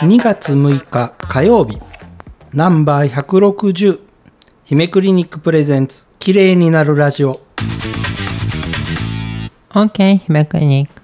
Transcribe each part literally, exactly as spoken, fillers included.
にがつむいか火曜日、ナンバーひゃくろくじゅう、姫クリニックプレゼンツ綺麗になるラジオ。 OK 姫クリニック。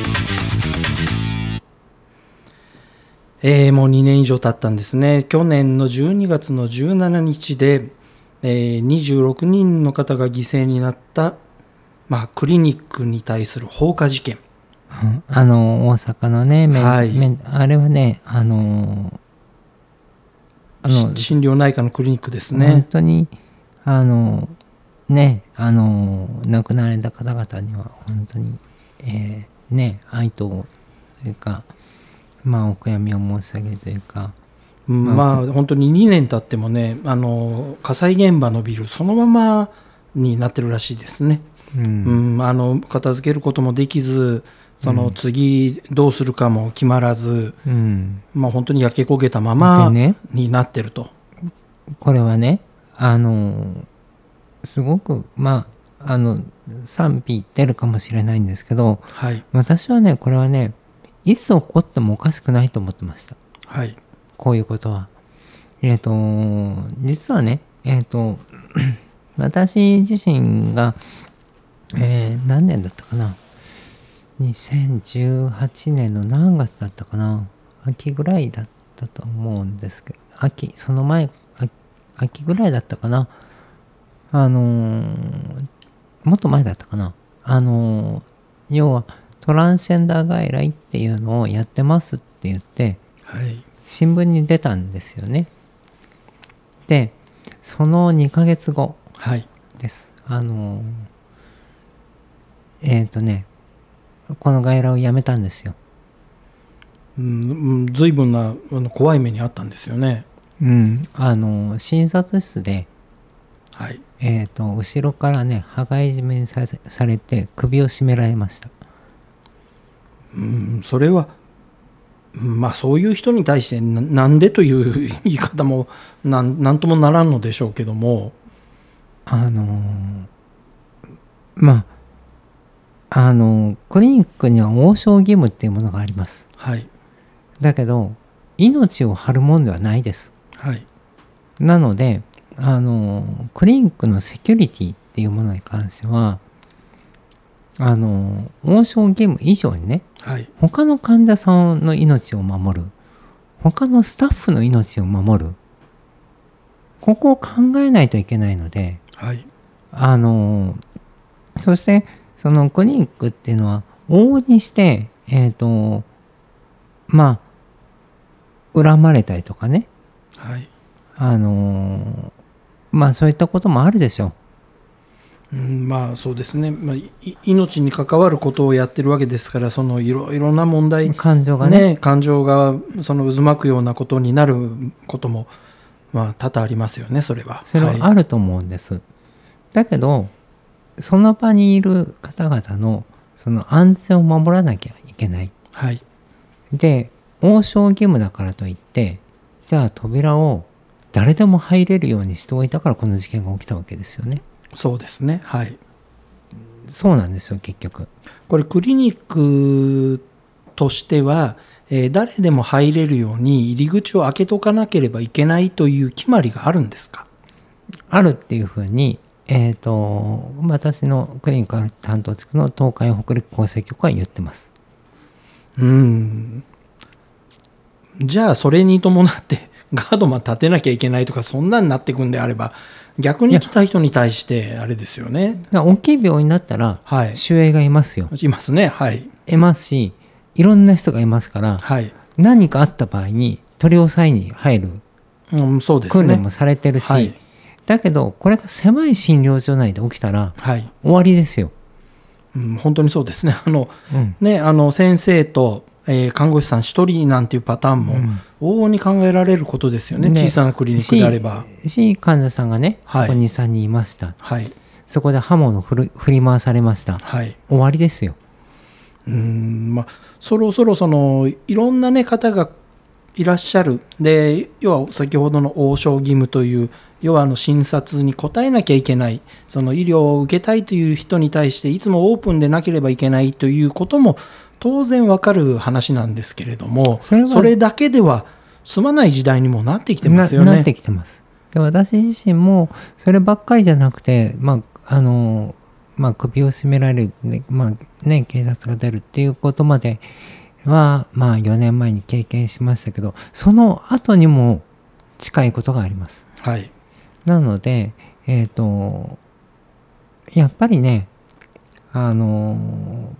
えー、もうにねん以上経ったんですね。去年のじゅうにがつのじゅうしちにちで、えー、にじゅうろくにんの方が犠牲になった、まあ、クリニックに対する放火事件。 あの大阪のね、 はい、 あれはね、あのあの心療内科のクリニックですね。 本当にあのね、あの亡くなられた方々には本当に、えー、ね、哀悼というか、まあお悔やみを申し上げるというか、 まあ、まあ、本当ににねん経ってもね、あの火災現場のビルそのままになってるらしいですね。うん、うん、あの片付けることもできず、その次どうするかも決まらず、うん、まあ、本当に焼け焦げたままになってると。 ね、これはね、あのすごくまああの賛否出るかもしれないんですけど、はい、私はねこれはねいつ起こってもおかしくないと思ってました。はい、こういうことは。えっと実はね、えっと私自身が、えー、何年だったかな、にせんじゅうはちねんの何月だったかな、秋ぐらいだったと思うんですけど、秋その前秋ぐらいだったかな、あのー、もっと前だったかな、あのー、要はトランスジェンダー外来っていうのをやってますって言って、はい、新聞に出たんですよね。でそのにかげつごです、はい、あのー、えっとねこの外来を辞めたんですよ。 うん、随分なあの怖い目にあったんですよね。 うん、あの診察室で、はい、えーと後ろからね羽交い締めに さ, されて首を絞められました。 うん、それはまあそういう人に対して な, なんでという言い方もな ん, なんともならんのでしょうけども、 あのー、まああのー、クリニックには応召義務っていうものがあります。はい、だけど命を張るもんではないです。はい、なのであのクリニックのセキュリティっていうものに関してはあの応召義務以上にね、はい、他の患者さんの命を守る、他のスタッフの命を守る、ここを考えないといけないので、はい、あのそしてそのクリニックっていうのは往々にしてえっとまあ恨まれたりとかね、はい、あのまあそういったこともあるでしょう。 うん、まあそうですね、まあ、命に関わることをやってるわけですから、そのいろいろな問題、 感情がね、 ね、感情がその渦巻くようなことになることもまあ多々ありますよね。それはそれはあると思うんです、はい、だけどその場にいる方々のその安全を守らなきゃいけない、はい、で応召義務だからといってじゃあ扉を誰でも入れるようにしておいたからこの事件が起きたわけですよね。 そうですね、はい、 そうなんですよ。結局これクリニックとしては、えー、誰でも入れるように入り口を開けとかなければいけないという決まりがあるんですか？ あるっていうふうに、えーと、私のクリニック担当地区の東海北陸厚生局は言ってます。 うーん、じゃあそれに伴ってガードマン立てなきゃいけないとかそんなになっていくんであれば逆に来た人に対してあれですよね。 大きい病院になったら守衛がいますよ、 はい、いますね、はい、 いますしいろんな人がいますから、はい、何かあった場合に取り押さえに入る訓練もされてるし、うん、そうですね、はい、だけどこれが狭い診療所内で起きたら終わりですよ、 はい、うん、本当にそうですね。あの、うん、ね、あの先生とえー、看護師さんひとりなんていうパターンも往々に考えられることですよね、うん、小さなクリニックであれば。 し患者さんがね、はい、ここにさんにんいました、はい、そこで刃物を振る振り回されました、はい、終わりですよ。 うーん、まあ、そろそろそのいろんな、ね、方がいらっしゃる。で要は先ほどの応召義務という要はあの診察に応えなきゃいけない、その医療を受けたいという人に対していつもオープンでなければいけないということも当然わかる話なんですけれども、それそれだけでは済まない時代にもなってきてますよね。 な、なってきてます。で、私自身もそればっかりじゃなくて、まああのまあ、首を絞められる、ね、まあね、警察が出るっていうことまでは、まあ、よねんまえに経験しましたけど、その後にも近いことがあります。 はい、 なので、えーと、やっぱりね、あの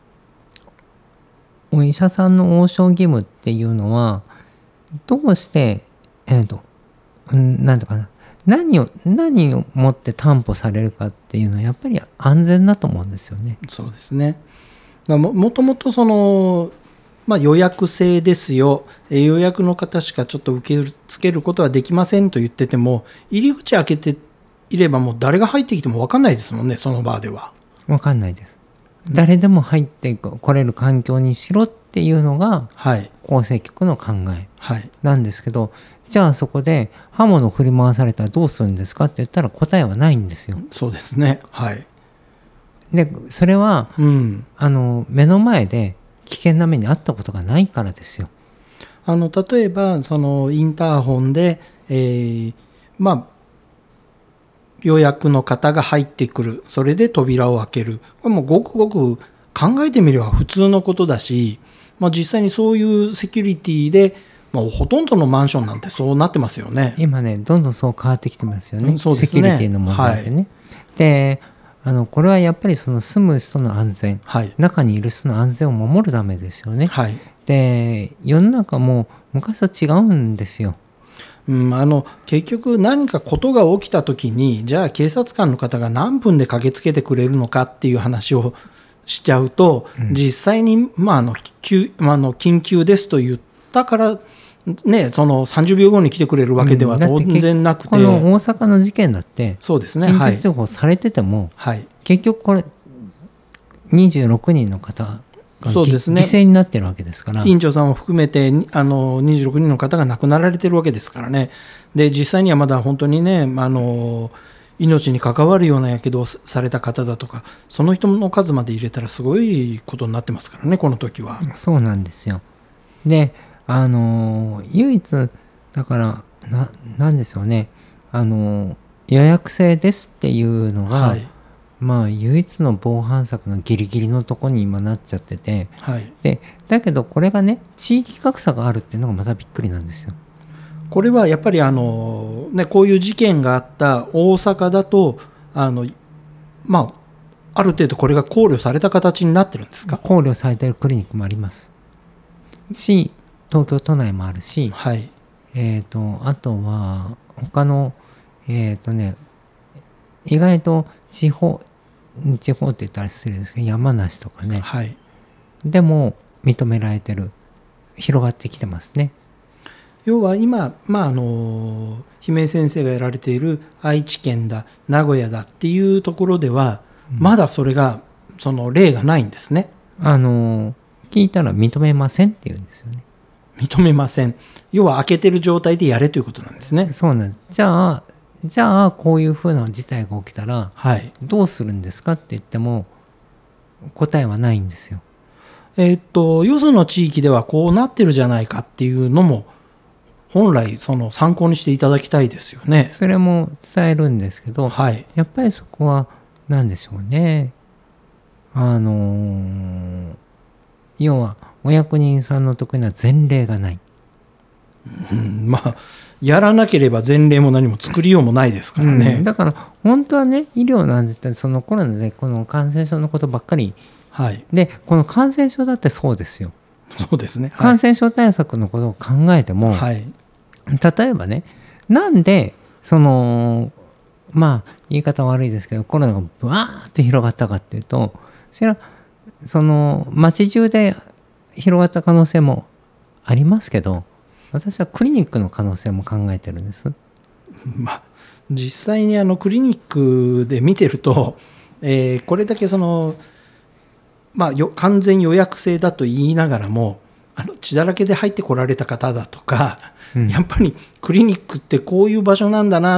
お医者さんの応召義務っていうのはどうして、えーと、なんとかな、何を何をもって担保されるかっていうのはやっぱり安全だと思うんですよね。 そうですね。も, もともとその、まあ、予約制ですよ、予約の方しかちょっと受け付けることはできませんと言ってても、入り口開けていればもう誰が入ってきても分かんないですもんね、その場では。 分かんないです。誰でも入ってこれる環境にしろっていうのが厚生局の考えなんですけど、はいはい、じゃあそこで刃物を振り回されたらどうするんですかって言ったら答えはないんですよ。 そうですね。はい。 でそれは、 うん、 あの目の前で危険な目に遭ったことがないからですよ。 あの例えばそのインターホンで、えー、まあ予約の方が入ってくる、それで扉を開ける、これもごくごく考えてみれば普通のことだし、まあ、実際にそういうセキュリティで、まあ、ほとんどのマンションなんてそうなってますよね。 今ねどんどんそう変わってきてますよね、うん、そうですね、セキュリティの問題でね、はい、であのこれはやっぱりその住む人の安全、はい、中にいる人の安全を守るためですよね、はい、で世の中も昔と違うんですよ。 うん、あの結局何かことが起きた時にじゃあ警察官の方が何分で駆けつけてくれるのかっていう話をしちゃうと、うん、実際に、まあ、あの緊、まあ、あの緊急ですと言ったからね、そのさんじゅうびょうごに来てくれるわけでは当然なくて、 この大阪の事件だってそうですね、 緊急通報されてても、 はい、 結局これにじゅうろくにんの方がそうですね、 犠牲になってるわけですから、 院長さんを含めてあのにじゅうろくにんの方が亡くなられてるわけですからね。で実際にはまだ本当にね、あの命に関わるようなやけどをされた方だとか、その人の数まで入れたらすごいことになってますからね、この時は。 そうなんですよ。であの唯一だからななんでしょうね、あの予約制ですっていうのが、はい、まあ唯一の防犯策のギリギリのところに今なっちゃってて、はい、でだけどこれがね地域格差があるっていうのがまたびっくりなんですよ。 これはやっぱりあの、ね、こういう事件があった大阪だとあの、まあ、ある程度これが考慮された形になってるんですか？ 考慮されているクリニックもありますし、東京都内もあるし、 はい、 えーと、あとは他の、えーとね、意外と地方地方って言ったら失礼ですけど山梨とかね、 はい、 でも認められてる、広がってきてますね。 要は今、まあ、あの姫井先生がやられている愛知県だ名古屋だっていうところでは、うん、まだそれがその例がないんですね。 あの聞いたら認めませんって言うんですよね。 認めません。要は開けてる状態でやれということなんですね。 そうなんです。じゃあじゃあこういうふうな事態が起きたら、はい、どうするんですかって言っても答えはないんですよ。 えー、っとよその地域ではこうなってるじゃないかっていうのも本来その参考にしていただきたいですよね。 それも伝えるんですけど、 はい、 やっぱりそこは何でしょうね。あのー、要はお役人さんの得意な前例がない、 うん、まあやらなければ前例も何も作りようもないですからね、 うん、だから本当はね医療なんて言ったらそのコロナでこの感染症のことばっかり、はい、でこの感染症だってそうですよ。 そうですね、はい、 感染症対策のことを考えても、はい、例えばね、なんでそのまあ言い方悪いですけどコロナがブワーッと広がったかっていうと、それはその街中で広がった可能性もありますけど、私はクリニックの可能性も考えてるんです。 まあ、実際にあのクリニックで見てると、えー、これだけその、まあ、よ完全予約制だと言いながらもあの血だらけで入ってこられた方だとか、うん、やっぱりクリニックってこういう場所なんだなっ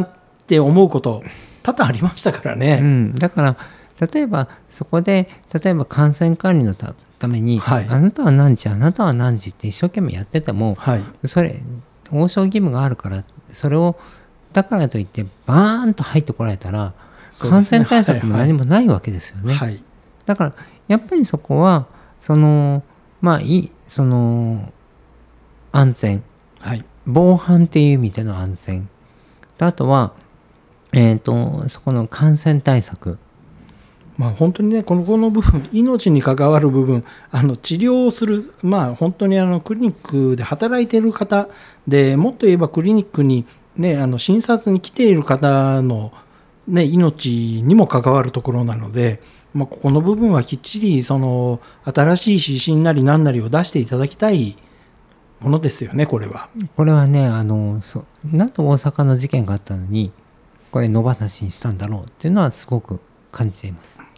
って思うこと多々ありましたからね。 うん、だから例えばそこで例えば感染管理のために、はい、あなたは何時あなたは何時って一生懸命やってても、はい、それ応召義務があるからそれをだからといってバーンと入ってこられたら、感染対策も何もないわけですよね。はいはい、だからやっぱりそこはそのまあいその安全、はい、防犯っていう意味での安全と、あとは、えーと、そこの感染対策、 まあ、本当にねこのこの部分命に関わる部分あの治療をする、まあ、本当にあのクリニックで働いている方でもっと言えばクリニックに、ね、あの診察に来ている方の、ね、命にも関わるところなので、まあ、ここの部分はきっちりその新しい指針なり何なりを出していただきたいものですよね。これはこれはねあのそなんと大阪の事件があったのにこれ野放しにしたんだろうっていうのはすごく感じています。